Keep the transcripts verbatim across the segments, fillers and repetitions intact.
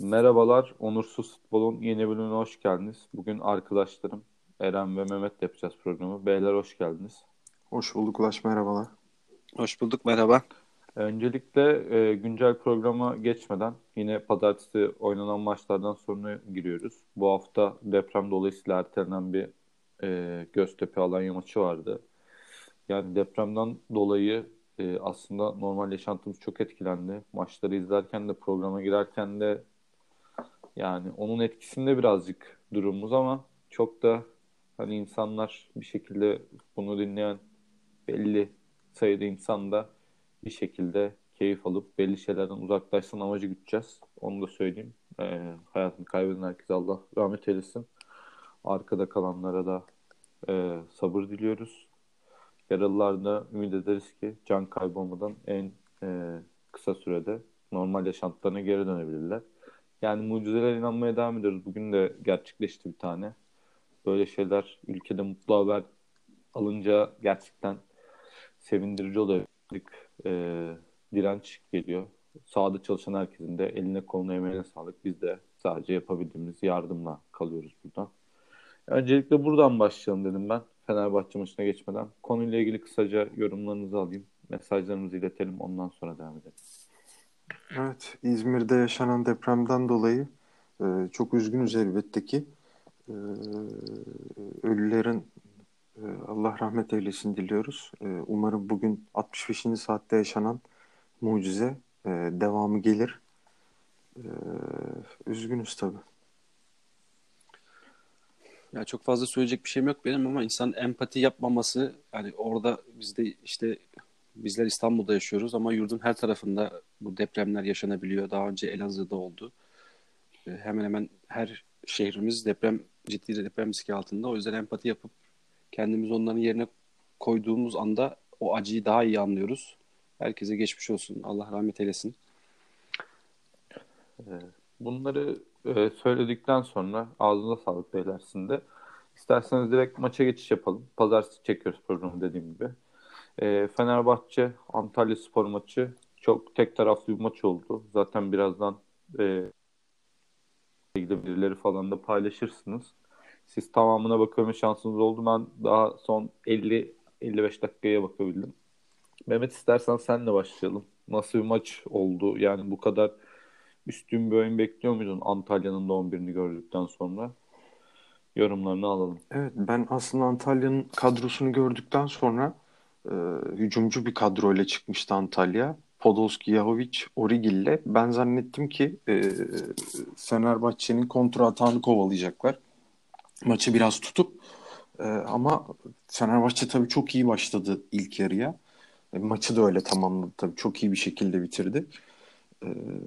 Merhabalar, Onursuz Futbol'un yeni bölümüne hoş geldiniz. Bugün arkadaşlarım Eren ve Mehmet yapacağız programı. Beyler hoş geldiniz. Hoş bulduk Ulaş, merhabalar. Hoş bulduk, merhaba. Öncelikle e, güncel programa geçmeden yine pazartesi oynanan maçlardan sonra giriyoruz. Bu hafta deprem dolayısıyla ertelenen bir e, Göztepe Alanya maçı vardı. Yani depremden dolayı e, aslında normal yaşantımız çok etkilendi. Maçları izlerken de programa girerken de yani onun etkisinde birazcık durumumuz ama çok da hani insanlar bir şekilde bunu dinleyen belli sayıda insan da bir şekilde keyif alıp belli şeylerden uzaklaşsın amacı güteceğiz. Onu da söyleyeyim. Ee, hayatını kaybeden herkese Allah rahmet eylesin. Arkada kalanlara da e, sabır diliyoruz. Yaralılar da ümit ederiz ki can kaybı olmadan en e, kısa sürede normal yaşantılarına geri dönebilirler. Yani mucizelere inanmaya devam ediyoruz. Bugün de gerçekleşti bir tane. Böyle şeyler ülkede mutlu haber alınca gerçekten sevindirici oluyor. E, Direnç geliyor. Sahada çalışan herkesin de eline koluna emeğine sağlık. Biz de sadece yapabildiğimiz yardımla kalıyoruz buradan. Öncelikle buradan başlayalım dedim ben. Fenerbahçe maçına geçmeden. Konuyla ilgili kısaca yorumlarınızı alayım. Mesajlarınızı iletelim. Ondan sonra devam edelim. Evet, İzmir'de yaşanan depremden dolayı e, çok üzgünüz elbette ki. E, Ölülerin e, Allah rahmet eylesin diliyoruz. E, umarım bugün altmış beşinci saatte yaşanan mucize e, devamı gelir. E, Üzgünüz tabii. Ya çok fazla söyleyecek bir şeyim yok benim ama insan empati yapmaması, yani orada bizde işte bizler İstanbul'da yaşıyoruz ama yurdun her tarafında bu depremler yaşanabiliyor. Daha önce Elazığ'da oldu. E, Hemen hemen her şehrimiz deprem ciddi deprem riski altında. O yüzden empati yapıp kendimizi onların yerine koyduğumuz anda o acıyı daha iyi anlıyoruz. Herkese geçmiş olsun. Allah rahmet eylesin. Ee, Bunları e, söyledikten sonra ağzına sağlık beyler sizin de. İsterseniz direkt maça geçiş yapalım. Pazartesi çekiyoruz programı dediğim gibi. Ee, Fenerbahçe Antalya Spor maçı çok tek taraflı bir maç oldu. Zaten birazdan e, ilgili birileri falan da paylaşırsınız. Siz tamamına bakma şansınız oldu. Ben daha son elli elli beş dakikaya bakabildim. Mehmet istersen senle başlayalım. Nasıl bir maç oldu? Yani bu kadar üstün bir oyun bekliyor muydun Antalya'nın da on birini gördükten sonra? Yorumlarını alalım. Evet, ben aslında Antalya'nın kadrosunu gördükten sonra e, hücumcu bir kadroyla çıkmıştı Antalya. Podolski, Yahovic, Origil'le. Ben zannettim ki e, Fenerbahçe'nin kontra atağını kovalayacaklar. Maçı biraz tutup e, ama Fenerbahçe tabii çok iyi başladı ilk yarıya. E, maçı da öyle tamamladı tabii. Çok iyi bir şekilde bitirdi. E,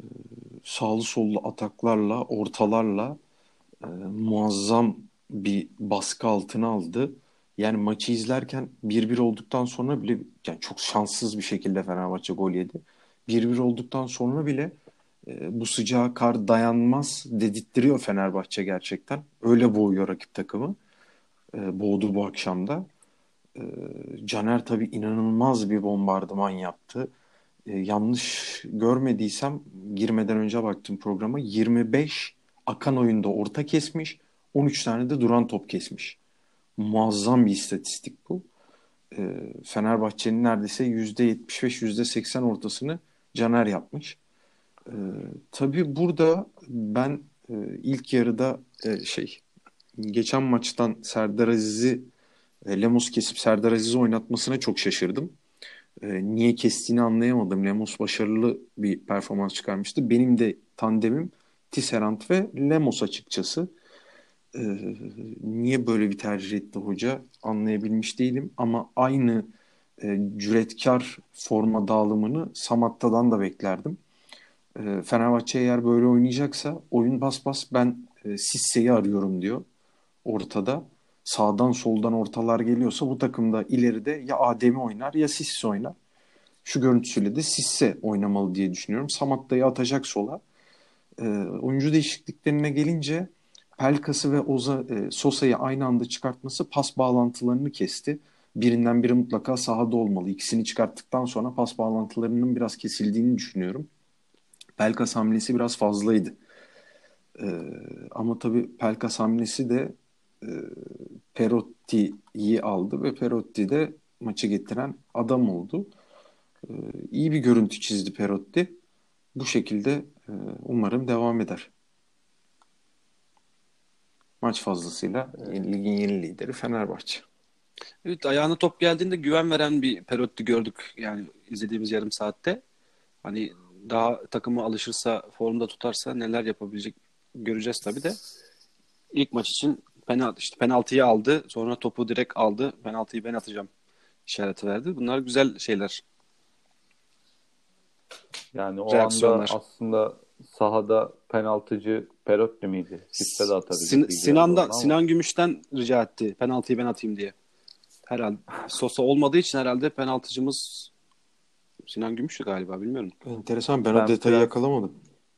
Sağlı sollu ataklarla, ortalarla e, muazzam bir baskı altına aldı. Yani maçı izlerken bir bir olduktan sonra bile, yani çok şanssız bir şekilde Fenerbahçe gol yedi. bir bir olduktan sonra bile e, bu sıcağa kar dayanmaz dedirtiyor Fenerbahçe gerçekten. Öyle boğuyor rakip takımı. E, boğdu bu akşam da. E, Caner tabii inanılmaz bir bombardıman yaptı. E, yanlış görmediysem girmeden önce baktım programa, yirmi beş akan oyunda orta kesmiş, on üç tane de duran top kesmiş. Muazzam bir istatistik bu. E, Fenerbahçe'nin neredeyse yüzde yetmiş beş yüzde seksen ortasını Caner yapmış. E, tabii burada ben e, ilk yarıda e, şey geçen maçtan Serdar Aziz'i e, Lemos kesip Serdar Aziz'i oynatmasına çok şaşırdım. E, niye kestiğini anlayamadım. Lemos başarılı bir performans çıkarmıştı. Benim de tandemim Tisserand ve Lemos açıkçası. E, Niye böyle bir tercih etti hoca anlayabilmiş değilim. Ama aynı e, cüretkar forma dağılımını Samatta'dan da beklerdim. E, Fenerbahçe eğer böyle oynayacaksa oyun bas bas, ben e, Sisse'yi arıyorum diyor ortada. Sağdan soldan ortalar geliyorsa bu takımda ileride ya Adem'i oynar ya Sisse oynar. Şu görüntüsüyle de Sisse oynamalı diye düşünüyorum. Samatta'yı atacak sola. E, oyuncu değişikliklerine gelince Pelkas'ı ve Oza, e, Sosa'yı aynı anda çıkartması pas bağlantılarını kesti. Birinden biri mutlaka sahada olmalı. İkisini çıkarttıktan sonra pas bağlantılarının biraz kesildiğini düşünüyorum. Pelkas hamlesi biraz fazlaydı. Ee, ama tabii Pelkas hamlesi de e, Perotti'yi aldı ve Perotti de maçı getiren adam oldu. Ee, iyi bir görüntü çizdi Perotti. Bu şekilde e, umarım devam eder. Maç fazlasıyla yeni, ligin yeni lideri Fenerbahçe. Evet, ayağına top geldiğinde güven veren bir Perotti gördük yani izlediğimiz yarım saatte. Hani daha takımı alışırsa, formda tutarsa neler yapabilecek göreceğiz tabii de. İlk maç için penaltı, işte penaltıyı aldı. Sonra topu direkt aldı. Penaltıyı ben atacağım işareti verdi. Bunlar güzel şeyler, Yani o anda reaksiyonlar. aslında sahada penaltıcı Perotti miydi? Sisse de Sin- atabilirdi gibi geldi Sinan da bana ama Sinan Gümüş'ten rica etti penaltıyı ben atayım diye. Herhalde Sosa olmadığı için herhalde penaltıcımız Sinan Gümüş'tü galiba, bilmiyorum. Enteresan. Ben o ben detayı prens yakalamadım.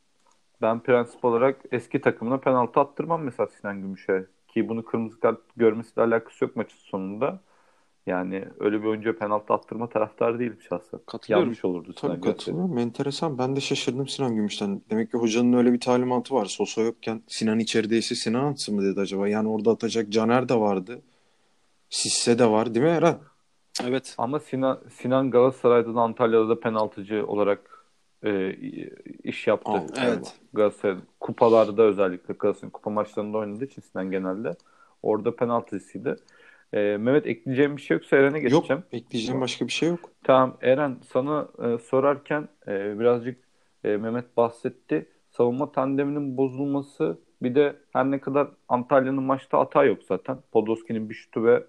ben prensip olarak eski takımına penaltı attırmam mesela Sinan Gümüş'e, ki bunu kırmızı kart görmesiyle alakası yok maçın sonunda. Yani öyle bir oyuncuya penaltı attırma taraftarı değilim şahsen. Katılıyorum. Yanlış olurdu Tabii Sinan gelseydi. katılıyorum. Enteresan. Ben de şaşırdım Sinan Gümüş'ten. Demek ki hocanın öyle bir talimatı var. Sosa yokken Sinan içerideyse Sinan atsın mı dedi acaba? Yani orada atacak Caner de vardı. Sisse de var değil mi Eren? Evet. Ama Sinan, Sinan Galatasaray'da da Antalya'da da penaltıcı olarak e, iş yaptı. Allah Yani Allah. Evet. Galatasaray kupalarda, özellikle Galatasaray kupa maçlarında oynadığı için Sinan genelde orada penaltısıydı. E, Mehmet, ekleyeceğim bir şey yoksa Eren'e Yok. geçeceğim. Ekleyeceğim başka bir şey yok. Tamam Eren, sana e, sorarken e, birazcık e, Mehmet bahsetti. Savunma tandeminin bozulması, bir de her ne kadar Antalya'nın maçta hata yok zaten. Podolski'nin bir şutu ve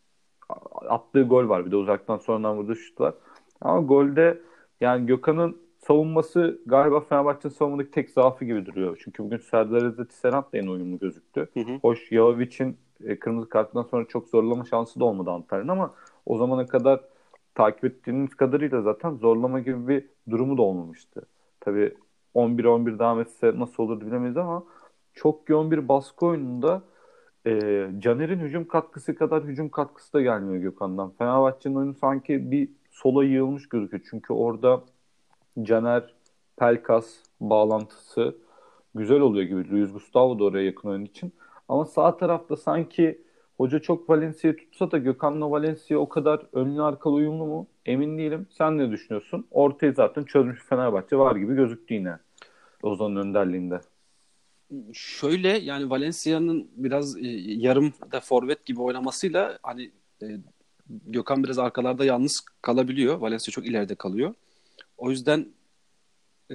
attığı gol var. Bir de uzaktan sonradan vurduğu şut var. Ama golde yani Gökhan'ın savunması galiba Fenerbahçe'nin savunmadaki tek zaafı gibi duruyor. Çünkü bugün Serdar Aziz Serhat da yine uyumlu gözüktü. Hı hı. Hoş, Jovic'in e, kırmızı kartından sonra çok zorlama şansı da olmadı Antalya'nın, ama o zamana kadar takip ettiğimiz kadarıyla zaten zorlama gibi bir durumu da olmamıştı. Tabii on bir on bir devam etse nasıl olurdu bilemeyiz, ama çok yoğun bir baskı oyununda e, Caner'in hücum katkısı kadar hücum katkısı da gelmiyor Gökhan'dan. Fenerbahçe'nin oyunu sanki bir sola yığılmış gözüküyor. Çünkü orada Caner, Pelkas bağlantısı güzel oluyor gibi. Luis Gustavo da oraya yakın oyun için. Ama sağ tarafta sanki hoca çok Valencia'yı tutsa da Gökhan'la Valencia o kadar önlü arkalı uyumlu mu? Emin değilim. Sen ne düşünüyorsun? Ortayı zaten çözmüş Fenerbahçe var gibi gözüktü yine Ozan'ın önderliğinde. Şöyle yani Valencia'nın biraz e, yarım da forvet gibi oynamasıyla hani e, Gökhan biraz arkalarda yalnız kalabiliyor. Valencia çok ileride kalıyor. O yüzden e,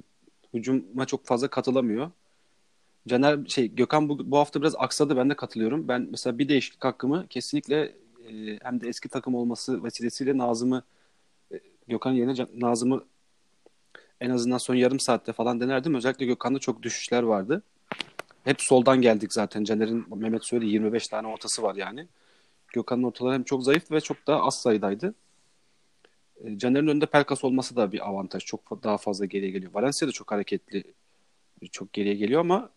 hücuma çok fazla katılamıyor. Caner şey Gökhan bu, bu hafta biraz aksadı, ben de katılıyorum. Ben mesela bir değişiklik hakkımı kesinlikle e, hem de eski takım olması vesilesiyle Nazım'ı e, Gökhan yerine Can- Nazım'ı en azından son yarım saatte falan denerdim. Özellikle Gökhan'da çok düşüşler vardı. Hep soldan geldik zaten. Caner'in Mehmet söyledi yirmi beş tane ortası var yani. Gökhan'ın ortaları hem çok zayıf ve çok daha az sayıdaydı. E, Caner'in önünde Pelkas olması da bir avantaj. Çok fa- daha fazla geriye geliyor. Valencia da çok hareketli, çok geriye geliyor ama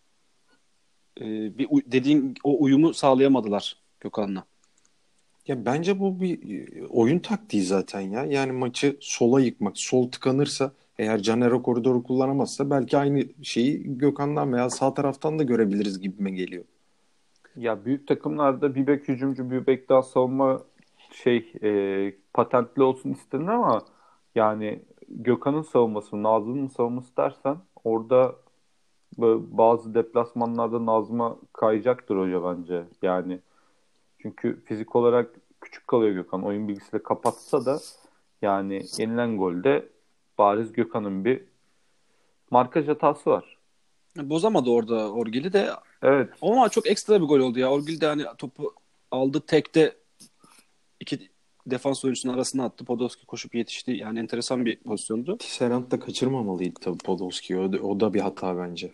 e, bir uy- dediğin o uyumu sağlayamadılar Gökhan'la. Ya bence bu bir e, oyun taktiği zaten ya. Yani maçı sola yıkmak. Sol tıkanırsa eğer Caner o koridoru kullanamazsa belki aynı şeyi Gökhan'dan veya sağ taraftan da görebiliriz gibime geliyor. Ya büyük takımlarda bir bek hücumcu, bir bek daha savunma şey e, patentli olsun istenir, ama yani Gökhan'ın savunması, Nazım'ın savunması dersen orada böyle bazı deplasmanlarda Nazım'a kayacaktır hoca bence. Yani çünkü fizik olarak küçük kalıyor Gökhan. Oyun bilgisiyle kapatsa da yani yenilen golde bariz Gökhan'ın bir markaj hatası var. Bozamadı orada Orgil'i de Evet. ama çok ekstra bir gol oldu ya. Orgil de hani topu aldı tekte iki defans oyuncusunun arasına attı. Podolski koşup yetişti. Yani enteresan bir pozisyondu. Tisserand da kaçırmamalıydı tabii Podolski'yi. O da, o da bir hata bence.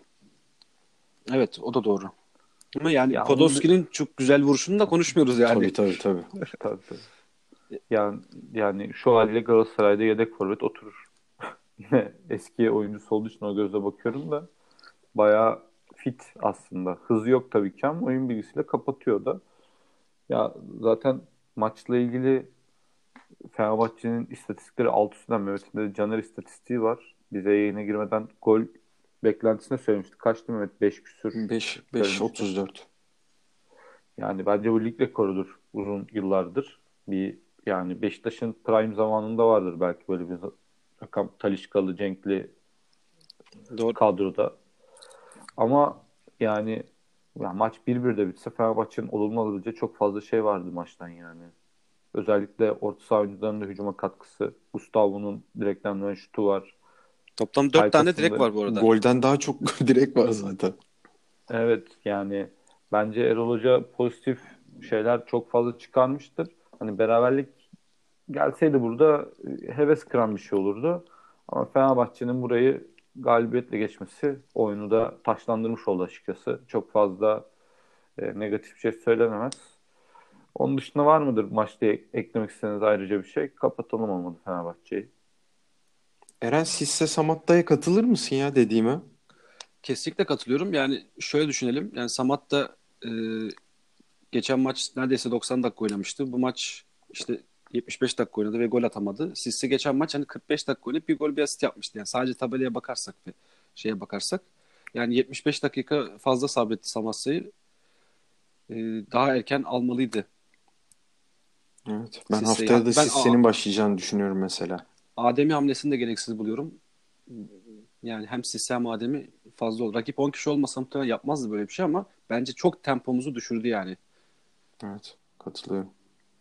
Evet, o da doğru. Ama yani Ya onun bir Podolski'nin çok güzel vuruşunu da konuşmuyoruz yani. Tabii tabii tabii. tabii, tabii. Yani yani şu haliyle Galatasaray'da yedek forvet oturur. Yine eski oyuncusu olduğu için o gözle bakıyorum da bayağı fit aslında. Hızı yok tabii ki ama oyun bilgisiyle kapatıyor da. Ya zaten maçla ilgili Fenerbahçe'nin istatistikleri alt üstünden, Mehmet'in de Caner istatistiği var. Bize yayına girmeden gol beklentisine söylemişti. Kaçtı Mehmet? beş küsür beş beş söylemişti. otuz dört. Yani bence bu lig rekorudur uzun yıllardır. Bir yani Beşiktaş'ın prime zamanında vardır belki böyle bir rakam, Taliscalı, Cenk'li Doğru. kadroda. Ama yani ya maç bir bir de bitse Fenerbahçe'nin olumlu alabileceği çok fazla şey vardı maçtan yani. Özellikle orta saha oyuncularının da hücuma katkısı. Gustavo'nun direkten dönen şutu var. Toplam dört tane Tayfas'ın direkt da var bu arada. Golden daha çok direkt var zaten. evet yani bence Erol Hoca pozitif şeyler çok fazla çıkarmıştır. Hani beraberlik gelseydi burada e, heves kıran bir şey olurdu. Ama Fenerbahçe'nin burayı galibiyetle geçmesi oyunu da taşlandırmış oldu açıkçası. Çok fazla e, negatif bir şey söylenemez. Onun dışında var mıdır maçta eklemek istediğiniz ayrıca bir şey? Kapatalım olmadı Fenerbahçe'yi. Eren Sisse Samatta'ya katılır mısın ya dediğime? Kesinlikle katılıyorum. Yani şöyle düşünelim. Yani Samat da e, geçen maç neredeyse doksan dakika oynamıştı. Bu maç işte yetmiş beş dakika oynadı ve gol atamadı. Sisse geçen maç hani kırk beş dakika oynayıp bir gol bir asist yapmıştı. Yani sadece tabelaya bakarsak ve şeye bakarsak. Yani yetmiş beş dakika fazla sabretti Samatsa'yı. E, daha erken almalıydı Evet. Ben Sisse'yi. haftaya da Ben A- Sisse'nin başlayacağını düşünüyorum mesela. Adem'i hamlesini de gereksiz buluyorum. Yani hem Sisse hem Adem'i fazla olur. Rakip on kişi olmasa muhtemelen yapmazdı böyle bir şey ama bence çok tempomuzu düşürdü yani. Evet. Katılıyorum.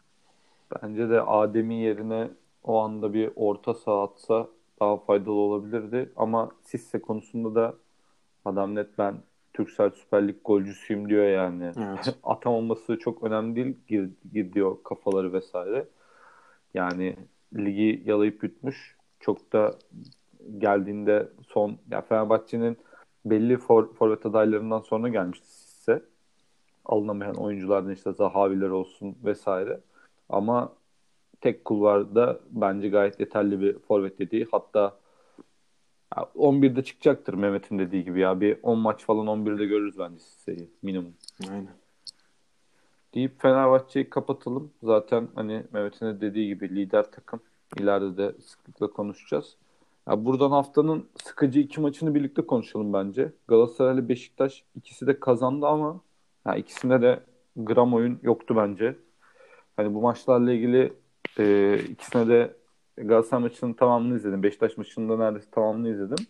Bence de Adem'in yerine o anda bir orta saha atsa daha faydalı olabilirdi. Ama Sisse konusunda da adam net ben Türksel Süper Lig golcüsüyüm diyor yani. Evet. Atamaması çok önemli değil. Gir, gir diyor kafaları vesaire. Yani ligi yalayıp yutmuş. Çok da geldiğinde son ya Fenerbahçe'nin belli for, forvet adaylarından sonra gelmişti Sisse. Alınamayan oyunculardan işte Zahaviler olsun vesaire. Ama tek kulvarda bence gayet yeterli bir forvet dediği. Hatta ya on birde çıkacaktır Mehmet'in dediği gibi ya. Bir on maç falan on birde görürüz bence Sisse'yi minimum. Aynen. Deyip Fenerbahçe'yi kapatalım. Zaten hani Mehmet'in de dediği gibi lider takım. İleride de sıklıkla konuşacağız. Ya buradan haftanın sıkıcı iki maçını birlikte konuşalım bence. Galatasaray ile Beşiktaş ikisi de kazandı ama ya ikisinde de gram oyun yoktu bence. Hani bu maçlarla ilgili e, ikisine de Galatasaray maçının tamamını izledim. Beşiktaş maçının da neredeyse tamamını izledim.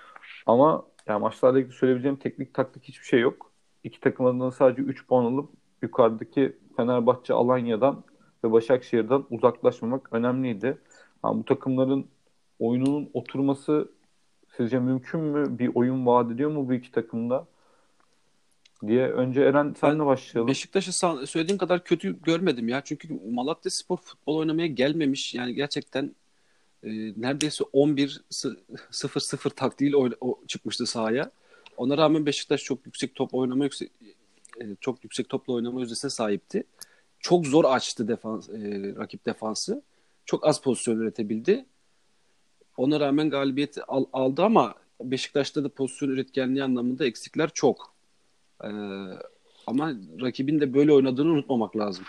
Ama yani maçlarla ilgili söyleyebileceğim teknik taktik hiçbir şey yok. İki takım adına sadece üç puan alıp yukarıdaki Fenerbahçe, Alanya'dan ve Başakşehir'den uzaklaşmamak önemliydi. Ha, bu takımların oyununun oturması sizce mümkün mü? Bir oyun vaat ediyor mu bu iki takımda? Diye önce Eren Ben senle başlayalım. Beşiktaş'ı san- söylediğin kadar kötü görmedim ya. Çünkü Malatyaspor futbol oynamaya gelmemiş. Yani gerçekten e, neredeyse on bir sıfır sıfır taktiğiyle oyna- o, çıkmıştı sahaya. Ona rağmen Beşiktaş çok yüksek top oynama yüksek, e, çok yüksek topla oynama yüzdesine sahipti. Çok zor açtı defans, e, rakip defansı. Çok az pozisyon üretebildi. Ona rağmen galibiyeti al- aldı ama Beşiktaş'ta da pozisyon üretkenliği anlamında eksikler çok. Ee, ama rakibin de böyle oynadığını unutmamak lazım.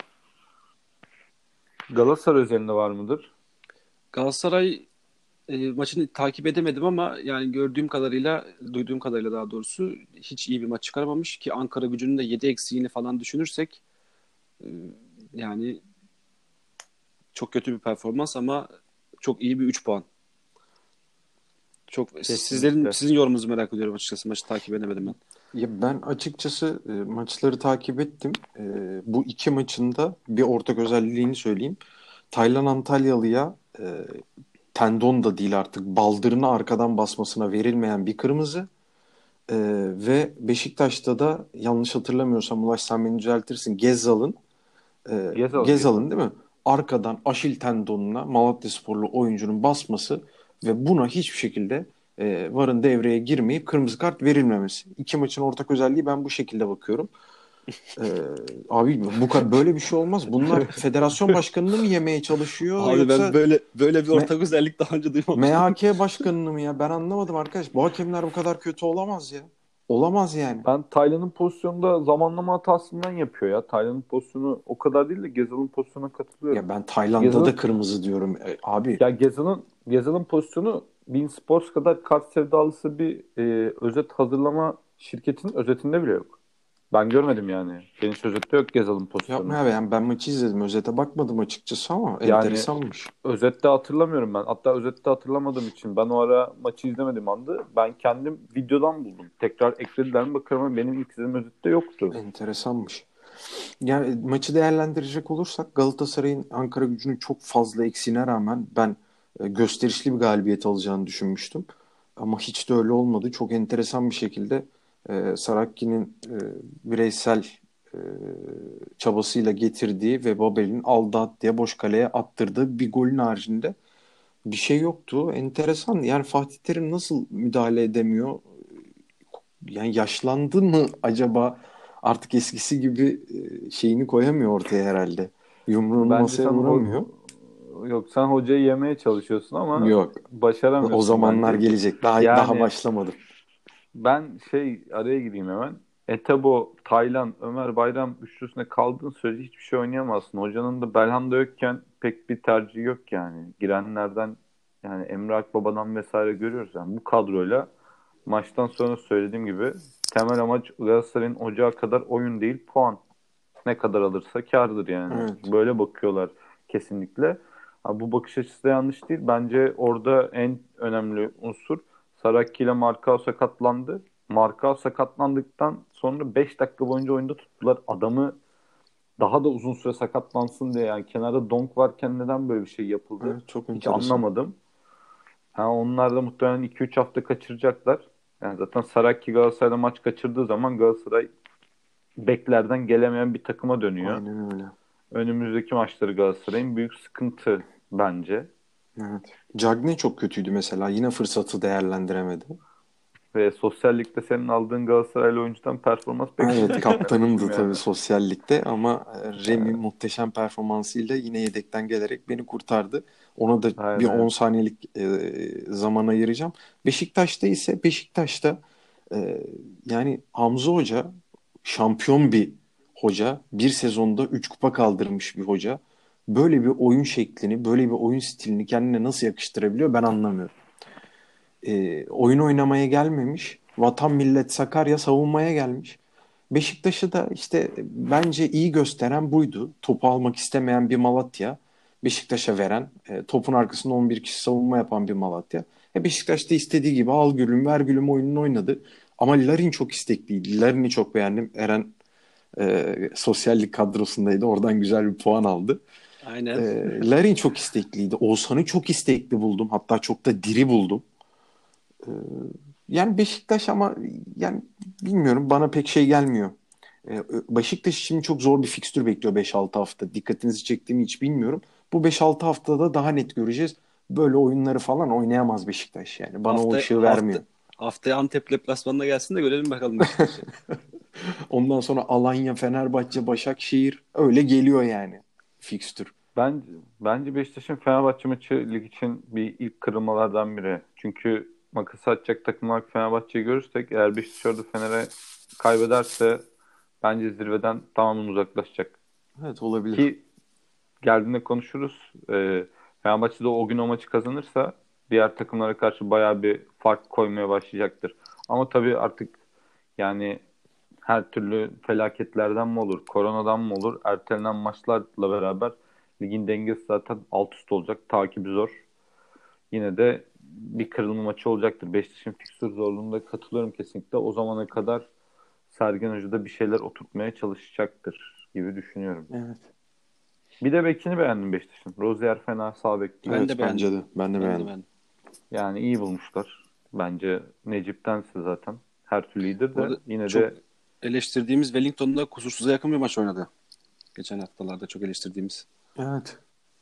Galatasaray üzerinde var mıdır? Galatasaray e, maçını takip edemedim ama yani gördüğüm kadarıyla, duyduğum kadarıyla daha doğrusu hiç iyi bir maç çıkaramamış ki Ankara Gücü'nün de yedi eksiğini falan düşünürsek e, yani çok kötü bir performans ama çok iyi bir üç puan. Çok sizlerin Kesinlikle. sizin yorumunuzu merak ediyorum açıkçası maçı takip edemedim ben. Ya ben açıkçası e, maçları takip ettim. E, bu iki maçında bir ortak özelliğini söyleyeyim. Taylan Antalyalı'ya e, tendon da değil artık baldırını arkadan basmasına verilmeyen bir kırmızı. E, ve Beşiktaş'ta da yanlış hatırlamıyorsam Ulaş sen beni düzeltirsin. Gezzal'ın e, Gezalım Gezzal'ın gezalım. değil mi? Arkadan Aşil tendonuna Malatyasporlu oyuncunun basması ve buna hiçbir şekilde e, VAR'ın devreye girmeyip kırmızı kart verilmemesi. İki maçın ortak özelliği ben bu şekilde bakıyorum. E, abi bu kadar böyle bir şey olmaz. Bunlar federasyon başkanını mı yemeye çalışıyor Abi ben yoksa böyle böyle bir M- ortak özellik daha önce duymamıştım. M H K başkanını mı ya? Ben anlamadım arkadaş. Bu hakemler bu kadar kötü olamaz ya. Olamaz yani. Ben Taylan'ın pozisyonda zamanlama hatasından yapıyor ya. Taylan'ın pozisyonu o kadar değil de Gezal'ın pozisyonuna katılıyorum. Ya ben Tayland'da da Gezal'ın kırmızı diyorum. E, abi ya Gezal'ın Gezal'ın pozisyonu beIN Sports kadar kart sevdalısı bir e, özet hazırlama şirketinin özetinde bile yok. Ben görmedim yani. Geniş özette yok yazalım pozisyonu. Yapma ya, yani ben maçı izledim. Özete bakmadım açıkçası ama Yani enteresanmış. özette hatırlamıyorum ben. Hatta özette hatırlamadığım için ben o ara maçı izlemedim andı. Ben kendim videodan buldum. Tekrar eklediler mi bakalım ama benim ilk izlediğim özette yoktu. Enteresanmış. Yani maçı değerlendirecek olursak Galatasaray'ın Ankara Gücü'nün çok fazla eksiğine rağmen ben e, gösterişli bir galibiyet alacağını düşünmüştüm. Ama hiç de öyle olmadı. Çok enteresan bir şekilde e, Sarakki'nin e, bireysel e, çabasıyla getirdiği ve Babel'in aldı at diye boş kaleye attırdığı bir golün haricinde bir şey yoktu. Enteresan. Yani Fatih Terim nasıl müdahale edemiyor? Yani yaşlandı mı acaba, artık eskisi gibi e, şeyini koyamıyor ortaya herhalde. Yumruğunu Bence masaya sen ho- vuramıyor. yok sen hocayı yemeye çalışıyorsun ama Yok. O başaramıyorsun zamanlar bence. gelecek. Daha daha Yani başlamadım. ben şey araya gireyim hemen. Etebo, Taylan, Ömer Bayram üçlüsüne kaldığın sürece hiçbir şey oynayamazsın. Hocanın da Belhanda yokken pek bir tercihi yok yani. Girenlerden yani Emre Akbaba'dan vesaire görüyoruz. Yani bu kadroyla maçtan sonra söylediğim gibi temel amaç Galatasaray'ın ocağı kadar oyun değil puan. Ne kadar alırsa kârdır yani. Evet. Böyle bakıyorlar kesinlikle. Ha, bu bakış açısı da yanlış değil. Bence orada en önemli unsur Saracchi ile Marcao sakatlandı. Marcao sakatlandıktan sonra beş dakika boyunca oyunda tuttular. Adamı daha da uzun süre sakatlansın diye yani kenarda Donk varken neden böyle bir şey yapıldı? Evet, çok Hiç enteresan. anlamadım. Ha, onlar da muhtemelen iki üç hafta kaçıracaklar. Yani zaten Saracchi Galatasaray'da maç kaçırdığı zaman Galatasaray beklerden gelemeyen bir takıma dönüyor. Aynen öyle. Önümüzdeki maçları Galatasaray'ın büyük sıkıntı bence. Evet. Cagney çok kötüydü mesela. Yine fırsatı değerlendiremedi. Ve sosyallikte senin aldığın Galatasaraylı oyuncudan performans Evet, beklememiştim kaptanımdı tabii yani. sosyallikte ama e, Remy muhteşem performansıyla yine yedekten gelerek beni kurtardı. Ona da bir on Aynen. saniyelik e, zaman ayıracağım. Beşiktaş'ta ise Beşiktaş'ta e, yani Hamza Hoca şampiyon bir hoca. Bir sezonda üç kupa kaldırmış bir hoca. Böyle bir oyun şeklini, böyle bir oyun stilini kendine nasıl yakıştırabiliyor ben anlamıyorum. E, oyun oynamaya gelmemiş. Vatan millet Sakarya savunmaya gelmiş. Beşiktaş'ı da işte bence iyi gösteren buydu. Topu almak istemeyen bir Malatya. Beşiktaş'a veren, e, topun arkasında on bir kişi savunma yapan bir Malatya. E Beşiktaş da istediği gibi al gülüm ver gülüm oyununu oynadı. Ama Larin çok istekliydi. Larin'i çok beğendim. Eren e, sosyallik kadrosundaydı. Oradan güzel bir puan aldı. E, Aynen. Larin çok istekliydi. Oğuzhan'ı çok istekli buldum. Hatta çok da diri buldum. E, Yani Beşiktaş ama yani bilmiyorum, bana pek şey gelmiyor. E, Beşiktaş şimdi çok zor bir fikstür bekliyor beş altı hafta. Dikkatinizi çektiğimi hiç bilmiyorum. Bu beş altı haftada daha net göreceğiz. Böyle oyunları falan oynayamaz Beşiktaş yani. Bana o Hafta ışığı hafta vermiyor. haftaya Antep deplasmanına gelsin de görelim bakalım Beşiktaş'ı. Ondan sonra Alanya, Fenerbahçe, Başakşehir öyle geliyor yani fikstür. Bence, bence Beşiktaş'ın Fenerbahçe maçı lig için bir ilk kırılmalardan biri. Çünkü makası atacak takım olarak Fenerbahçe'yi görürsek eğer Beşiktaş orada Fener'e kaybederse bence zirveden tamamen uzaklaşacak. Evet, olabilir. Ki geldiğinde konuşuruz. Ee, Fenerbahçe de o gün o maçı kazanırsa diğer takımlara karşı bayağı bir fark koymaya başlayacaktır. Ama tabii artık yani her türlü felaketlerden mi olur, koronadan mı olur, ertelenen maçlarla beraber ligin dengesi zaten alt üst olacak. Takibi zor. Yine de bir kırılma maçı olacaktır. Beşiktaş'ın fikstür zorluğunda katılıyorum kesinlikle. O zamana kadar Sergen Hoca da bir şeyler oturtmaya çalışacaktır gibi düşünüyorum. Evet. Bir de bekini beğendim Beşiktaş'ın. Rozier fena sağ bek değil. Ben Evet, de bence beğendim. de. Ben de Ben de beğendim. beğendim. Yani iyi bulmuşlar. Bence Necip'tense zaten her türlü iyidir Bu de arada yine çok de eleştirdiğimiz Wellington'da kusursuza yakın bir maç oynadı. Geçen haftalarda çok eleştirdiğimiz. Evet.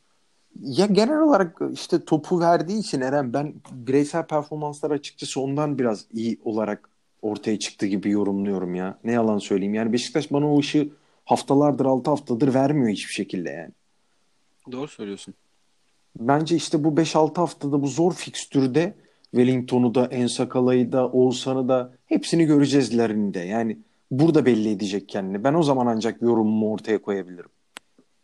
Ya genel olarak işte topu verdiği için Eren, ben bireysel performanslar açıkçası ondan biraz iyi olarak ortaya çıktı gibi yorumluyorum ya. Ne yalan söyleyeyim. Yani Beşiktaş bana o ışığı haftalardır, altı haftadır vermiyor hiçbir şekilde yani. Doğru söylüyorsun. Bence işte bu beş altı haftada bu zor fikstürde Wellington'u da, Ensakala'yı da, Oğuzhan'ı da hepsini göreceğiz Larin'de. Yani burada belli edecek kendini. Ben o zaman ancak yorumumu ortaya koyabilirim.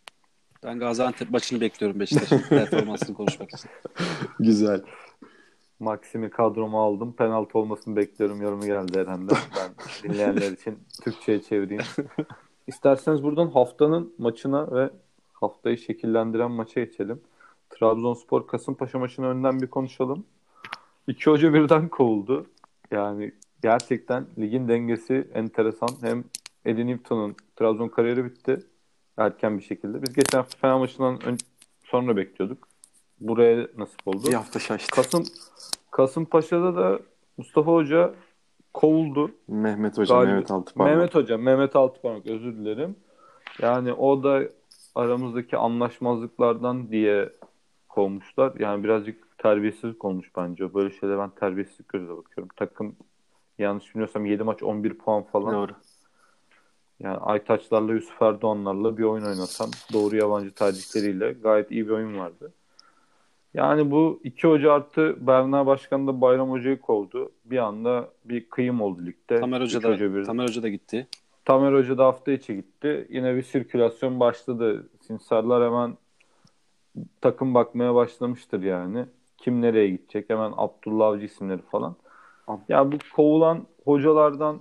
Ben Gaziantep maçını bekliyorum Beşiktaş'ın performansını konuşmak için. Güzel. Maksim'i kadroma aldım. Penaltı olmasını bekliyorum yorumu geldi Eren'den. Ben dinleyenler için Türkçe'ye çevireyim. İsterseniz buradan haftanın maçına ve haftayı şekillendiren maça geçelim. Trabzonspor Kasımpaşa maçını önden bir konuşalım. İki hoca birden kovuldu. Yani gerçekten ligin dengesi enteresan. Hem Eddie Newton'un Trabzon kariyeri bitti erken bir şekilde. Biz geçen hafta Fener maçından ön- sonra bekliyorduk. Buraya nasip oldu. Bir hafta şaştı. Kasım Kasımpaşa'da da Mustafa Hoca kovuldu. Mehmet Hoca, Galib- Mehmet Altıparmak. Mehmet Hoca, Mehmet Altıparmak özür dilerim. Yani o da aramızdaki anlaşmazlıklardan diye kovmuşlar. Yani birazcık terbiyesizlik olmuş bence. Böyle şeylere ben terbiyesizlik gözüyle bakıyorum. Takım yanlış bilmiyorsam yedi maç on bir puan falan. Doğru. Yani Aytaçlarla Yusuf Erdoğanlarla bir oyun oynatan doğru yabancı tercihleriyle gayet iyi bir oyun vardı. Yani bu iki hoca artı Berna Başkan da Bayram Hoca'yı kovdu. Bir anda bir kıyım oldu ligde. Tamer Hoca Üç da hoca bir... Tamer Hoca da gitti. Tamer Hoca da hafta içi gitti. Yine bir sirkülasyon başladı. Sinsarlar hemen takım bakmaya başlamıştır yani. Kim nereye gidecek? Hemen Abdullah Avcı isimleri falan. Ab- Ya bu kovulan hocalardan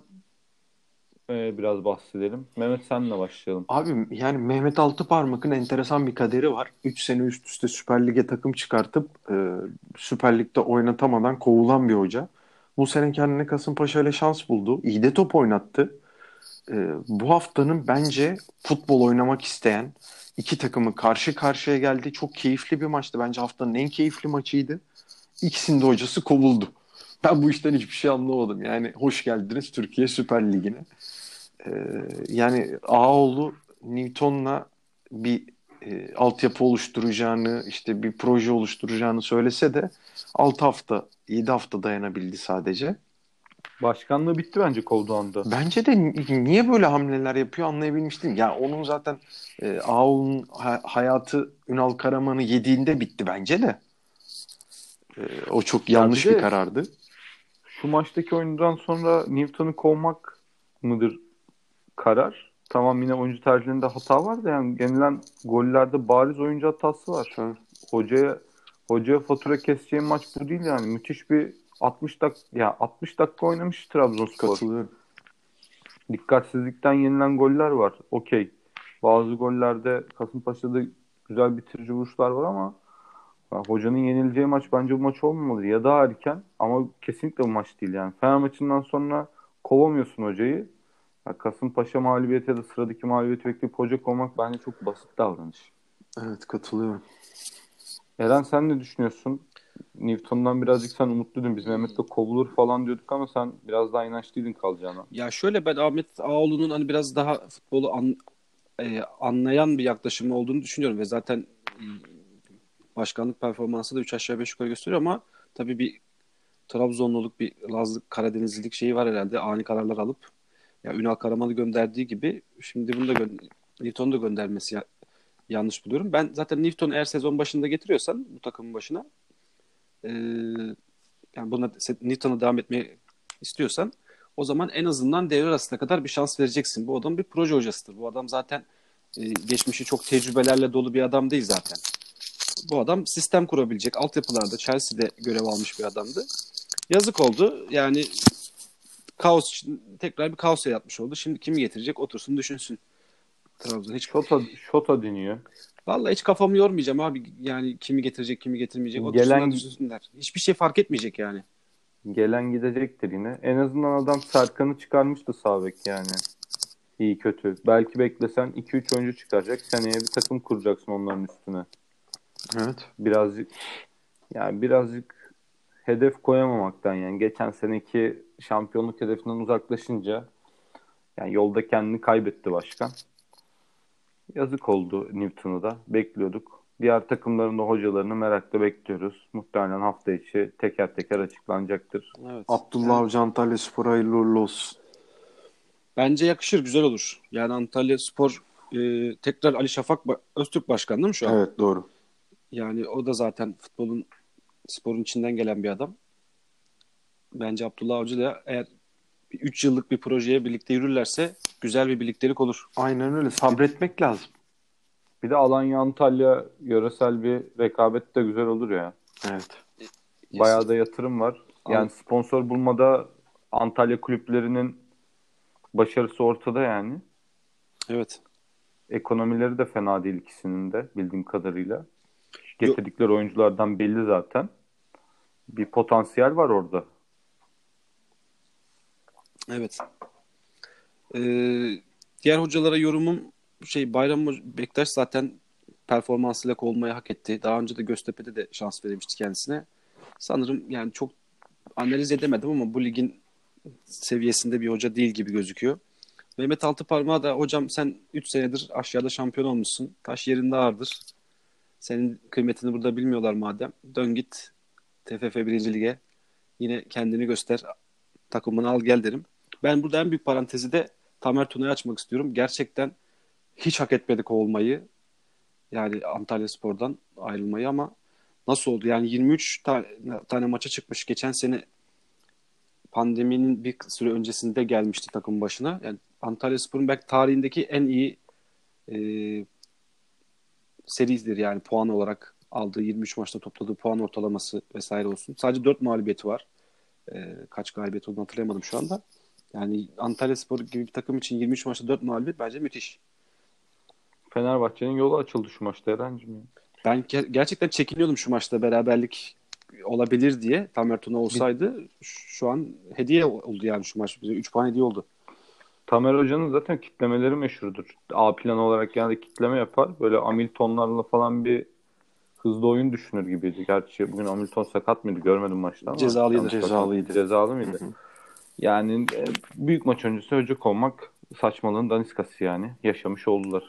e, biraz bahsedelim. Mehmet senle başlayalım. Abi yani Mehmet Altıparmak'ın enteresan bir kaderi var. üç sene üst üste Süper Lig'e takım çıkartıp e, Süper Lig'de oynatamadan kovulan bir hoca. Bu sene kendine Kasımpaşa ile şans buldu. İyi de top oynattı. E, bu haftanın bence futbol oynamak isteyen iki takımı karşı karşıya geldi. Çok keyifli bir maçtı. Bence haftanın en keyifli maçıydı. İkisinin de hocası kovuldu. Ben bu işten hiçbir şey anlamadım. Yani hoş geldiniz Türkiye Süper Ligi'ne. Ee, yani Ağaoğlu Newton'la bir e, altyapı oluşturacağını, işte bir proje oluşturacağını söylese de altı hafta, yedi hafta dayanabildi sadece. Başkanlığı bitti bence kovduğu anda. Bence de ni- niye böyle hamleler yapıyor anlayabilmiş değilim. Ya onun zaten e, Ağaoğlu'nun ha- hayatı Ünal Karaman'ı yediğinde bitti bence de. E, o çok Ya yanlış bir bir de karardı. şu maçtaki oyundan sonra Newton'u kovmak mıdır karar? Tamam yine oyuncu tercihlerinde hata var da yani yenilen gollerde bariz oyuncu hatası var. Tabii. Hocaya hocaya fatura keseceğim maç bu değil yani. Müthiş bir altmış dakika ya altmış dakika oynamış Trabzonspor. Katılıyorum. Dikkatsizlikten yenilen goller var. Okey. Bazı gollerde Kasımpaşa'da güzel bitirici vuruşlar var ama ya hocanın yenileceği maç bence bu maç olmamalı. Ya daha erken ama kesinlikle bu maç değil yani. Fener maçından sonra kovamıyorsun hocayı. Ya Kasımpaşa mağlubiyeti ya da sıradaki mağlubiyeti bekleyip hoca kovmak bence çok basit davranış. Evet katılıyorum. Eren sen ne düşünüyorsun? Newton'dan birazcık sen umutluydun. Biz Mehmet'le kovulur falan diyorduk ama sen biraz daha inançlıydın kalacağına. Ya şöyle ben Ahmet Ağaoğlu'nun hani biraz daha futbolu an, e, anlayan bir yaklaşımı olduğunu düşünüyorum ve zaten e, başkanlık performansı da üç aşağı beş yukarı gösteriyor ama tabii bir Trabzonluluk, bir Lazlık, Karadenizlilik şeyi var herhalde. Ani kararlar alıp ya Ünal Karaman'ı gönderdiği gibi şimdi bunu da gö- Newton'u da göndermesi ya- yanlış buluyorum. Ben zaten Newton'u eğer sezon başında getiriyorsan bu takımın başına e, yani buna Newton'a devam etmeyi istiyorsan o zaman en azından devre arasına kadar bir şans vereceksin. Bu adam bir proje hocasıdır. Bu adam zaten e, geçmişi çok tecrübelerle dolu bir adam değil zaten. Bu adam sistem kurabilecek. Altyapılarda Chelsea'de görev almış bir adamdı. Yazık oldu. Yani kaos tekrar bir kaos yaratmış oldu. Şimdi kimi getirecek? Otursun düşünsün. Trabzon hiç Şota, Şota deniyor. vallahi hiç kafamı yormayacağım abi. Yani kimi getirecek, kimi getirmeyecek. Otursunlar Gelen düşünsünler. Hiçbir şey fark etmeyecek yani. gelen gidecektir yine. En azından adam Serkan'ı çıkarmıştı sağ bek yani. İyi kötü. Belki beklesen iki üç oyuncu çıkaracak. Seneye bir takım kuracaksın onların üstüne. Evet. Birazcık yani birazcık hedef koyamamaktan yani geçen seneki şampiyonluk hedefinden uzaklaşınca yani yolda kendini kaybetti başkan. Yazık oldu Newton'u da. Bekliyorduk. Diğer takımların da hocalarını merakla bekliyoruz. Muhtemelen hafta içi teker teker açıklanacaktır. Evet. Abdullah Yani Avcı Antalya Spor hayırlı uğurlu olsun. bence yakışır, güzel olur. Yani Antalya Spor e, tekrar Ali Şafak Ba- Öztürk başkan değil mi şu an? Evet doğru. Yani o da zaten futbolun, sporun içinden gelen bir adam. Bence Abdullah Avcı da eğer üç yıllık bir projeye birlikte yürürlerse güzel bir birliktelik olur. Aynen öyle. Sabretmek lazım. Bir de Alanya Antalya yöresel bir rekabet de güzel olur ya. Evet. Bayağı da yatırım var. Yani Al- sponsor bulmada Antalya kulüplerinin başarısı ortada yani. Evet. Ekonomileri de fena değil ikisinin de bildiğim kadarıyla. Yo, Getirdikleri oyunculardan belli zaten. Bir potansiyel var orada. evet. Ee, diğer hocalara yorumum şey Bayram Hoca- Bektaş zaten performansıyla kovulmayı hak etti. Daha önce de Göztepe'de de şans verilmişti kendisine. Sanırım yani çok analiz edemedim ama bu ligin seviyesinde bir hoca değil gibi gözüküyor. Mehmet Altıparmağı da hocam sen üç senedir aşağıda şampiyon olmuşsun. Taş yerinde ağırdır. Senin kıymetini burada bilmiyorlar madem. Dön git T F F birinci Lig'e. Yine kendini göster. Takımını al gel derim. Ben burada en büyük parantezi de Tamer Tuna'yı açmak istiyorum. Gerçekten hiç hak etmedik olmayı. Yani Antalyaspor'dan ayrılmayı ama nasıl oldu? Yani yirmi üç tane, tane maça çıkmış. Geçen sene pandeminin bir süre öncesinde gelmişti takım başına. Yani Antalyaspor'un belki tarihindeki en iyi e, seridir yani puan olarak aldığı yirmi üç maçta topladığı puan ortalaması vesaire olsun. Sadece dört mağlubiyeti var. E, kaç galibiyet olduğunu hatırlayamadım şu anda. Yani Antalyaspor gibi bir takım için yirmi üç maçta dört mağlubiyet bence müthiş. Fenerbahçe'nin yolu açıldı şu maçta Erencim. Ben ger- gerçekten çekiniyordum şu maçta beraberlik olabilir diye. Tamer Tuna Bir, olsaydı şu an hediye oldu yani şu maç bize. üç puan hediye oldu. Tamer Hoca'nın zaten kitlemeleri meşhurdur. A plan olarak genelde kitleme yapar. Böyle Hamilton'larla falan bir hızlı oyun düşünür gibiydi. Gerçi bugün Hamilton sakat mıydı? Görmedim maçta ama. Cezalıydı. Yanlış bakalım. cezalıydı. Cezalı Hı mıydı? hı. Yani e, büyük maç öncesi hoca kovmak saçmalığın daniskası yani. Yaşamış oldular.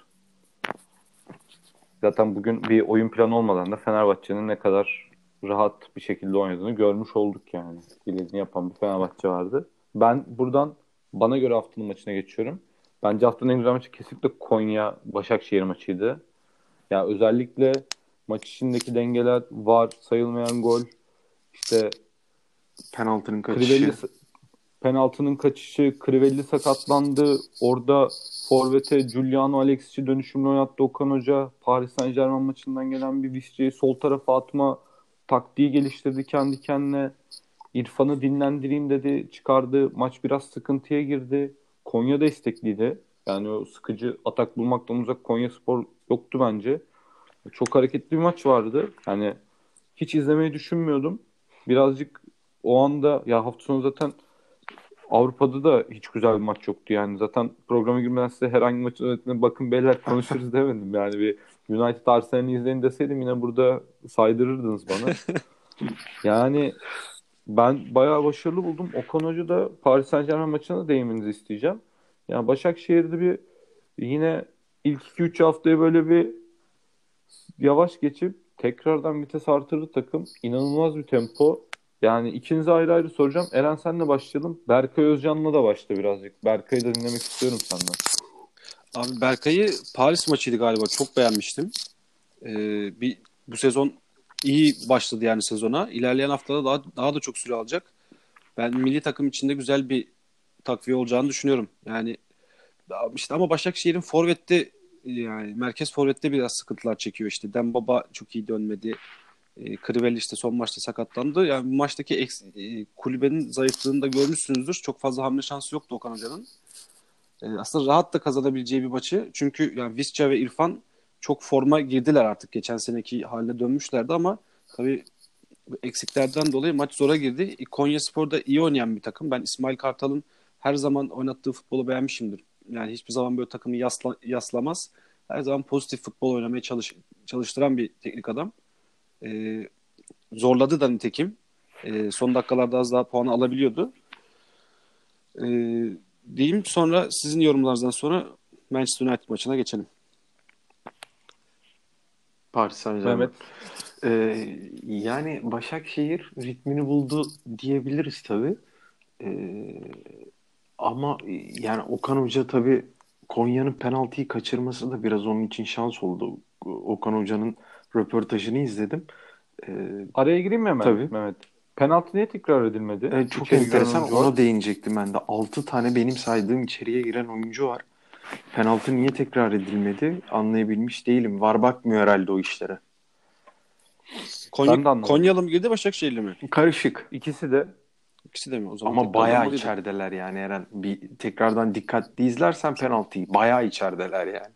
Zaten bugün bir oyun planı olmadan da Fenerbahçe'nin ne kadar rahat bir şekilde oynadığını görmüş olduk yani. Dilediğini yapan bir Fenerbahçe vardı. Ben buradan bana göre haftanın maçına geçiyorum. Bence haftanın en güzel maçı kesinlikle Konya-Başakşehir maçıydı. Ya özellikle maç içindeki dengeler, var sayılmayan gol, işte Penaltının Crivelli kaçışı. penaltının kaçışı, Crivelli sakatlandı. Orada forvete Giuliano Alexis'i dönüşümlü oynattı Okan Hoca. Paris Saint-Germain maçından gelen bir Visca'yı sol tarafa atma taktiği geliştirdi kendi kendine. İrfan'ı dinlendireyim dedi. Çıkardı. Maç biraz sıkıntıya girdi. Konya da istekliydi. Yani o sıkıcı atak bulmaktan uzak Konyaspor yoktu bence. Çok hareketli bir maç vardı. Yani hiç izlemeyi düşünmüyordum. Birazcık o anda ya hafta sonu zaten Avrupa'da da hiç güzel bir maç yoktu yani. Zaten programa girmeden size herhangi maçın özetine bakın beyler konuşuruz demedim. Yani bir United Arsenal'i izleyin deseydim yine burada saydırırdınız bana. Yani ben bayağı başarılı buldum. Okan Hoca da Paris Saint-Germain maçına değinmenizi isteyeceğim. Yani Başakşehir'de bir yine ilk iki üç haftayı böyle bir yavaş geçip tekrardan vites artırdı takım. İnanılmaz bir tempo. Yani ikinize ayrı ayrı soracağım. Eren senle başlayalım. Berkay Özcan'la da başla birazcık. Berkay'ı da dinlemek istiyorum senden. Abi Berkay'ı Paris maçıydı galiba. Çok beğenmiştim. Ee, bir bu sezon iyi başladı yani sezona. İlerleyen haftada daha daha da çok süre alacak. Ben milli takım içinde güzel bir takviye olacağını düşünüyorum. Yani işte ama Başakşehir'in forvette yani merkez forvette biraz sıkıntılar çekiyor işte. Dembaba çok iyi dönmedi. E, Crivelli işte son maçta sakatlandı. Yani bu maçtaki eks- e, kulübenin zayıflığını da görmüşsünüzdür. Çok fazla hamle şansı yoktu Okan Hoca'nın. E, aslında rahat da kazanabileceği bir maçı. Çünkü yani Visca ve İrfan çok forma girdiler artık. Geçen seneki haline dönmüşlerdi ama tabii eksiklerden dolayı maç zora girdi. Konyaspor iyi oynayan bir takım. Ben İsmail Kartal'ın her zaman oynattığı futbolu beğenmişimdir. Yani hiçbir zaman böyle takımı yasla, yaslamaz. Her zaman pozitif futbol oynamaya çalış, çalıştıran bir teknik adam. Ee, zorladı da nitekim. Ee, son dakikalarda az daha puanı alabiliyordu. Ee, diyeyim sonra sizin yorumlarınızdan sonra Manchester United maçına geçelim. Paris Saint-Germain. Mehmet. Ee, yani Başakşehir ritmini buldu diyebiliriz tabii. Ee, ama yani Okan Hoca tabii Konya'nın penaltıyı kaçırması da biraz onun için şans oldu. Okan Hoca'nın röportajını izledim. Ee, Araya gireyim mi hemen tabii. Mehmet? Penaltı niye tekrar edilmedi? Ee, çok İçeri giren enteresan, oyuncu var. ona değinecektim ben de. Altı tane benim saydığım içeriye giren oyuncu var. Penaltı niye tekrar edilmedi anlayabilmiş değilim. VAR bakmıyor herhalde o işlere. Konya, Ben de anlamadım. Konyalı mı girdi, Başakşehirli mi? Karışık. İkisi de İkisi de mi? O zaman Ama tekrar bayağı olmalıydı. içerideler yani Eren. Bir tekrardan dikkatli izlersen penaltıyı bayağı içerideler yani.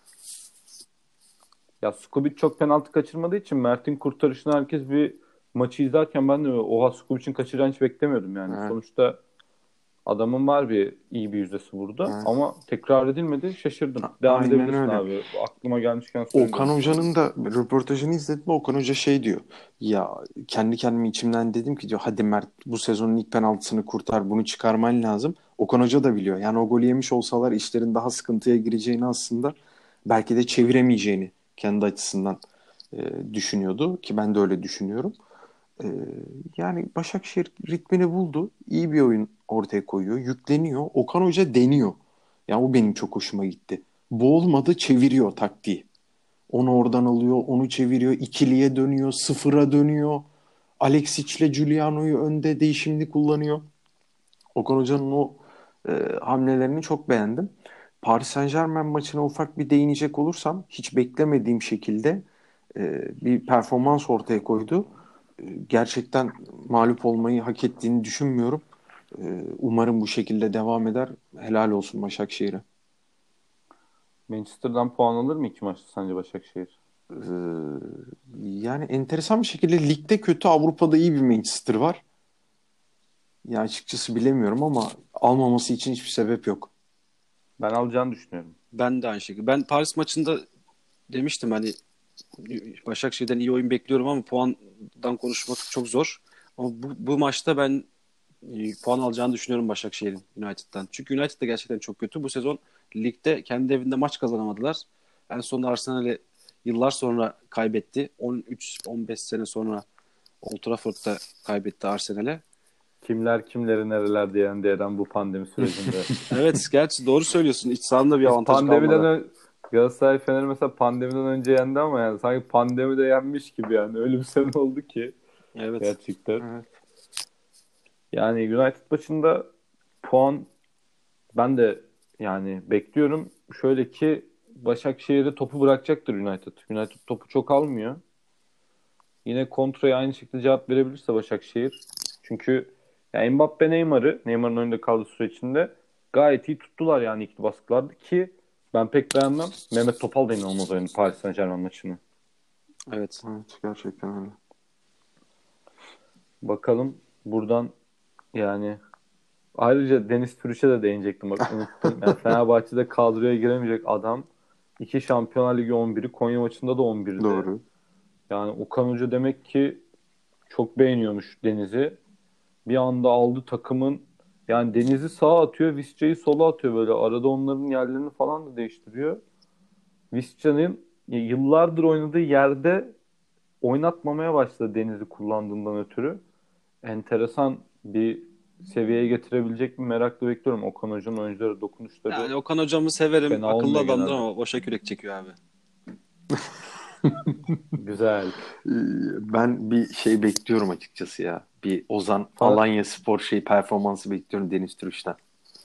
ya Skubic çok penaltı kaçırmadığı için Mert'in kurtarışını herkes bir maçı izlerken ben de oha Skubic'in kaçıracağını hiç beklemiyordum yani. Evet. Sonuçta adamın var bir iyi bir yüzdesi burada Evet. ama tekrar edilmedi. Şaşırdım. A- Devam aynen edebilirsin öyle. abi. Aklıma gelmişken söyleyeyim. Okan Hoca'nın da röportajını izledim. Okan Hoca şey diyor. Ya kendi kendime içimden dedim ki diyor hadi Mert bu sezonun ilk penaltısını kurtar. Bunu çıkarman lazım. Okan Hoca da biliyor. Yani o golü yemiş olsalar işlerin daha sıkıntıya gireceğini aslında belki de çeviremeyeceğini kendi açısından e, düşünüyordu. Ki ben de öyle düşünüyorum. E, yani Başakşehir ritmini buldu. İyi bir oyun ortaya koyuyor. Yükleniyor. Okan Hoca deniyor. Yani o benim çok hoşuma gitti. Bu olmadı çeviriyor taktiği. Onu oradan alıyor, onu çeviriyor, ikiliye dönüyor, sıfıra dönüyor. Alexic'le Giuliano'yu önde değişimli kullanıyor. Okan Hoca'nın o e, hamlelerini çok beğendim. Paris Saint-Germain maçına ufak bir değinecek olursam hiç beklemediğim şekilde e, bir performans ortaya koydu. E, gerçekten mağlup olmayı hak ettiğini düşünmüyorum. E, umarım bu şekilde devam eder. Helal olsun Başakşehir'e. Manchester'dan puan alır mı iki maçta sence Başakşehir? Ee, yani enteresan bir şekilde ligde kötü, Avrupa'da iyi bir Manchester var. Ya açıkçası bilemiyorum ama almaması için hiçbir sebep yok. Ben alacağını düşünüyorum. Ben de aynı şekilde. Ben Paris maçında demiştim hani Başakşehir'den iyi oyun bekliyorum ama puandan konuşmak çok zor. Ama bu, bu maçta ben e, puan alacağını düşünüyorum Başakşehir'in United'dan. Çünkü United da gerçekten çok kötü. Bu sezon ligde kendi evinde maç kazanamadılar. En sonunda Arsenal'e yıllar sonra kaybetti. on üç on beş sene sonra Old Trafford'da kaybetti Arsenal'e. Kimler kimleri nerelerde yendi Eren bu pandemi sürecinde. Evet, gerçi doğru söylüyorsun. İç sahanda bir Biz avantajı pandemiden kalmadı. ö- Galatasaray Fener mesela pandemiden önce yendi ama yani sanki pandemide yenmiş gibi yani. Öyle bir sene oldu ki Evet. gerçekten. Evet. Yani United maçında puan ben de yani bekliyorum. Şöyle ki Başakşehir'e topu bırakacaktır United. United topu çok almıyor. Yine kontraya aynı şekilde cevap verebilirse Başakşehir. Çünkü yani Mbappe Neymar'ı Neymar'ın önünde kaldığı süre içinde gayet iyi tuttular yani ikili baskılarda ki ben pek beğenmem. Mehmet Topal da inanılmaz oynadı Paris Saint-Germain maçını. Evet. Evet, gerçekten öyle. Bakalım buradan yani ayrıca Deniz Türüş'e de değinecektim bak unuttum. Yani Fenerbahçe'de kadroya giremeyecek adam. İki Şampiyonlar Ligi on biri, Konya maçında da on birdi. Doğru. Yani Okan Hoca demek ki çok beğeniyormuş Deniz'i. Bir anda aldı takımın yani Deniz'i sağa atıyor, Visca'yı sola atıyor böyle. Arada onların yerlerini falan da değiştiriyor. Visca'nın yıllardır oynadığı yerde oynatmamaya başladı Deniz'i kullandığından ötürü. Enteresan bir seviyeye getirebilecek mi merakla bekliyorum. Okan Hoca'nın oyunculara dokunuşları Yani Okan hocamı severim. fena Akıllı olmuyor adamdır genelde. ama boşa kürek çekiyor abi. Güzel. Ee, ben bir şey bekliyorum açıkçası ya. Bir Ozan Fa- Alanya Spor şey performansı bekliyorum Deniz Türüş'ten.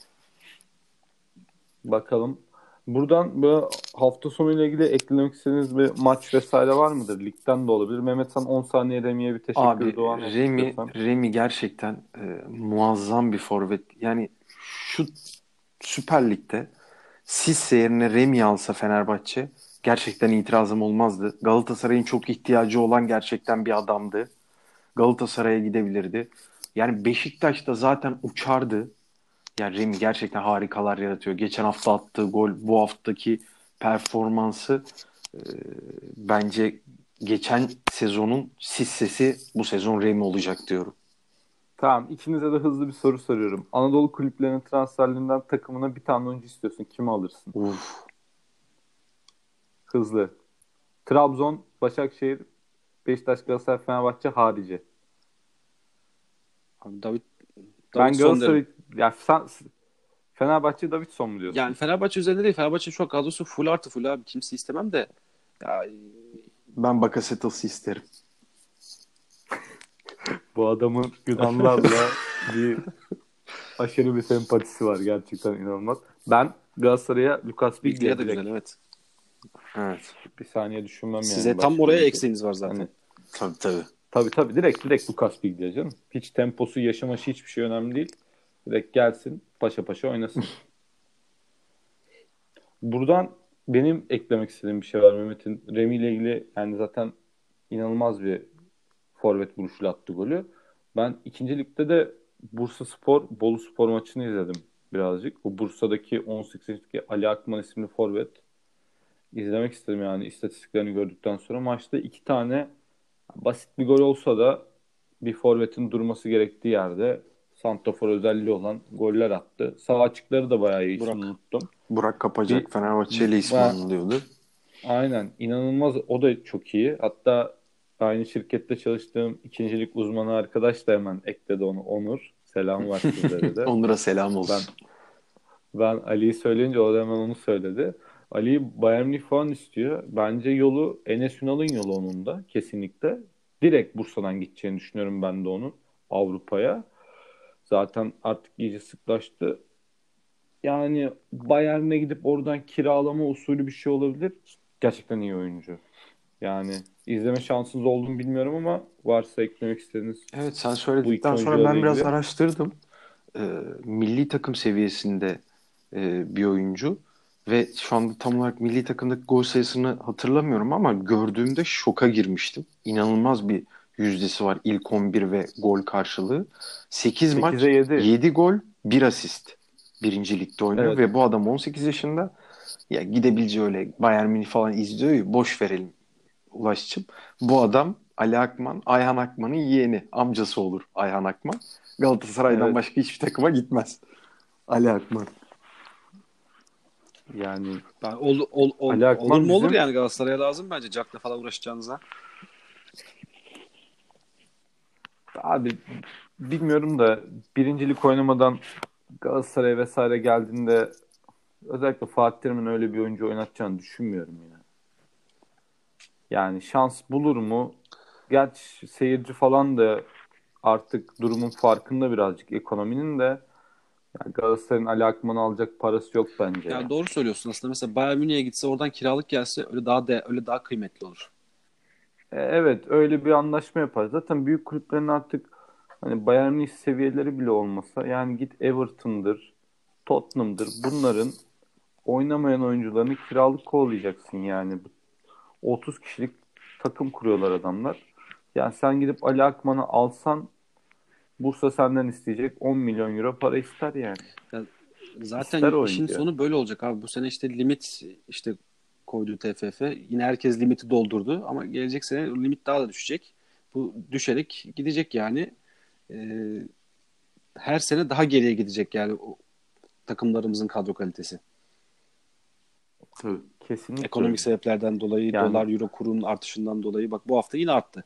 Bakalım. Buradan böyle hafta sonu ile ilgili eklemek istediğiniz bir maç vesaire var mıdır? Ligden de olabilir. Mehmet sen on saniye Remi'ye bir teşekkür Abi duan et Remi istiyorsan. Remi gerçekten e, muazzam bir forvet. Yani şu Süper Lig'de Sisse yerine Remi alsa Fenerbahçe gerçekten itirazım olmazdı. Galatasaray'ın çok ihtiyacı olan gerçekten bir adamdı. Galatasaray'a gidebilirdi. Yani Beşiktaş'ta zaten uçardı. Yani Remi gerçekten harikalar yaratıyor. Geçen hafta attığı gol, bu haftaki performansı e, bence geçen sezonun Sisse'si bu sezon Remi olacak diyorum. Tamam. İkinize de hızlı bir soru soruyorum. Anadolu kulüplerinin transferlerinden takımına bir tane oyuncu istiyorsun. Kimi alırsın? Uf. Hızlı. Trabzon, Başakşehir, Beşiktaş, Galatasaray, Fenerbahçe harici. Abi David Ben Davidson derim. Galatasaray ya sen, Fenerbahçe Davidson mu diyorsun? Yani Fenerbahçe üzerinde değil. Fenerbahçe şu an kadrosu full artı full abi. Kimse istemem de. Ya, Ben Bakasetas'ı isterim. Bu adamın Yunanlarla bir aşırı bir sempatisi var. Gerçekten inanılmaz. Ben Galatasaray'a Lucas Biglia Biglia da direkt güzel evet. Evet. bir saniye düşünmem Size yani. tam Başka oraya bir- eksiğiniz var zaten. Hani Tabii tabii. Tabii tabii direkt direkt Lucas Biglia canım. Hiç temposu, yaşaması hiçbir şey önemli değil. Direkt gelsin paşa paşa oynasın. Buradan benim eklemek istediğim bir şey var Mehmet'in. Remy ile ilgili yani zaten inanılmaz bir forvet vuruşuyla attı golü. Ben ikinci ligde de Bursaspor, Boluspor maçını izledim birazcık. Bu Bursa'daki on sekiz yaşındaki Ali Akman isimli forvet. İzlemek istedim yani istatistiklerini gördükten sonra. Maçta iki tane basit bir gol olsa da bir forvetin durması gerektiği yerde santrafor özelliği olan goller attı. Sağ açıkları da bayağı iyi. Burak. Şimdi unuttum. Burak Kapacak Bir- Fenerbahçe ile ismi Ben- anılıyordu. Aynen. İnanılmaz. O da çok iyi. Hatta aynı şirkette çalıştığım ikincilik uzmanı arkadaş da hemen ekledi onu. Onur. Selam var sizlere de. Onur'a selam olsun. Ben ben Ali'yi söyleyince o da hemen onu söyledi. Ali Bayern Münih falan istiyor. Bence yolu Enes Ünal'ın yolu onun da kesinlikle. Direkt Bursa'dan gideceğini düşünüyorum ben de onun Avrupa'ya. Zaten artık iyice sıklaştı. Yani Bayern'e gidip oradan kiralama usulü bir şey olabilir. Gerçekten iyi oyuncu. Yani izleme şansınız olduğunu bilmiyorum ama varsa eklemek istediğiniz Evet, sen bu söyledikten iki sonra ben oyuncuyla biraz ilgili. araştırdım. Ee, milli takım seviyesinde e, bir oyuncu ve şu anda tam olarak milli takımdaki gol sayısını hatırlamıyorum ama gördüğümde şoka girmiştim. İnanılmaz bir yüzdesi var ilk on bir ve gol karşılığı. sekiz maç, sekize yedi. yedi gol, bir asist. Birinci ligde oynuyor Evet. ve bu adam on sekiz yaşında. Ya gidebileceği öyle Bayern Münih falan izliyor ya, boş verelim Ulaş'cığım. Bu adam Ali Akman, Ayhan Akman'ın yeğeni. Amcası olur Ayhan Akman. Galatasaray'dan Evet. başka hiçbir takıma gitmez Ali Akman. Yani Ben, ol, ol, ol, Ali Akman olur mu olur bizim- yani Galatasaray'a lazım bence. Jack'la falan uğraşacağınıza. abi bilmiyorum da birincilik oynamadan Galatasaray vesaire geldiğinde özellikle Fatih Terim'in öyle bir oyuncu oynatacağını düşünmüyorum ya. Yani şans bulur mu? Gerçi seyirci falan da artık durumun farkında birazcık ekonominin de. Yani Galatasaray'ın Ali Akman'ı alacak parası yok bence Ya ya. doğru söylüyorsun aslında. Mesela Bayern Münih'e gitse oradan kiralık gelse öyle daha de öyle daha kıymetli olur. E, evet öyle bir anlaşma yapar. Zaten büyük kulüplerin artık hani Bayern Münih seviyeleri bile olmasa yani git Everton'dır, Tottenham'dır bunların oynamayan oyuncularını kiralık kovalayacaksın yani. otuz kişilik takım kuruyorlar adamlar. Yani sen gidip Ali Akman'ı alsan Bursa senden isteyecek on milyon euro para ister yani. Ya zaten İster işin oyuncu. sonu böyle olacak abi. Bu sene işte limit işte koydu T F F. Yine herkes limiti doldurdu ama gelecek sene limit daha da düşecek. Bu düşerek gidecek yani. Ee, her sene daha geriye gidecek yani o takımlarımızın kadro kalitesi. Tabii. Kesinlikle. Ekonomik öyle. sebeplerden dolayı, Yani- dolar euro kurunun artışından dolayı. Bak bu hafta yine arttı.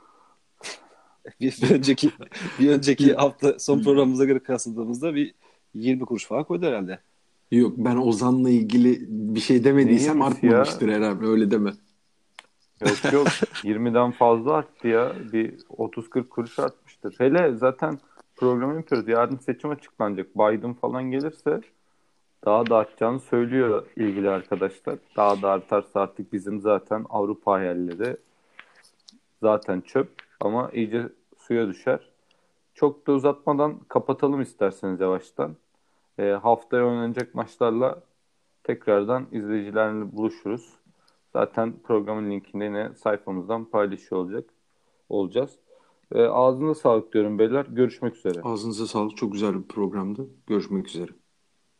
Bir, bir önceki bir önceki hafta son programımıza göre kıyasladığımızda bir yirmi kuruş falan koydu herhalde. Yok, ben Ozan'la ilgili bir şey demediysem Neymiş artmamıştır herhalde, öyle deme. Yok yok yirmiden fazla arttı ya. Bir otuz kırk kuruş artmıştır. Hele zaten programı yapıyoruz. Yarın seçim açıklanacak. Biden falan gelirse daha da artacağını söylüyor ilgili arkadaşlar. Daha da artarsa artık bizim zaten Avrupa hayalleri zaten çöp ama iyice suya düşer. Çok da uzatmadan kapatalım isterseniz yavaştan. E, haftaya oynanacak maçlarla tekrardan izleyicilerle buluşuruz. Zaten programın linkini yine sayfamızdan paylaşıyor olacak olacağız. E, ağzınıza sağlık diyorum beyler. Görüşmek üzere. Ağzınıza sağlık. Çok güzel bir programdı. Görüşmek üzere.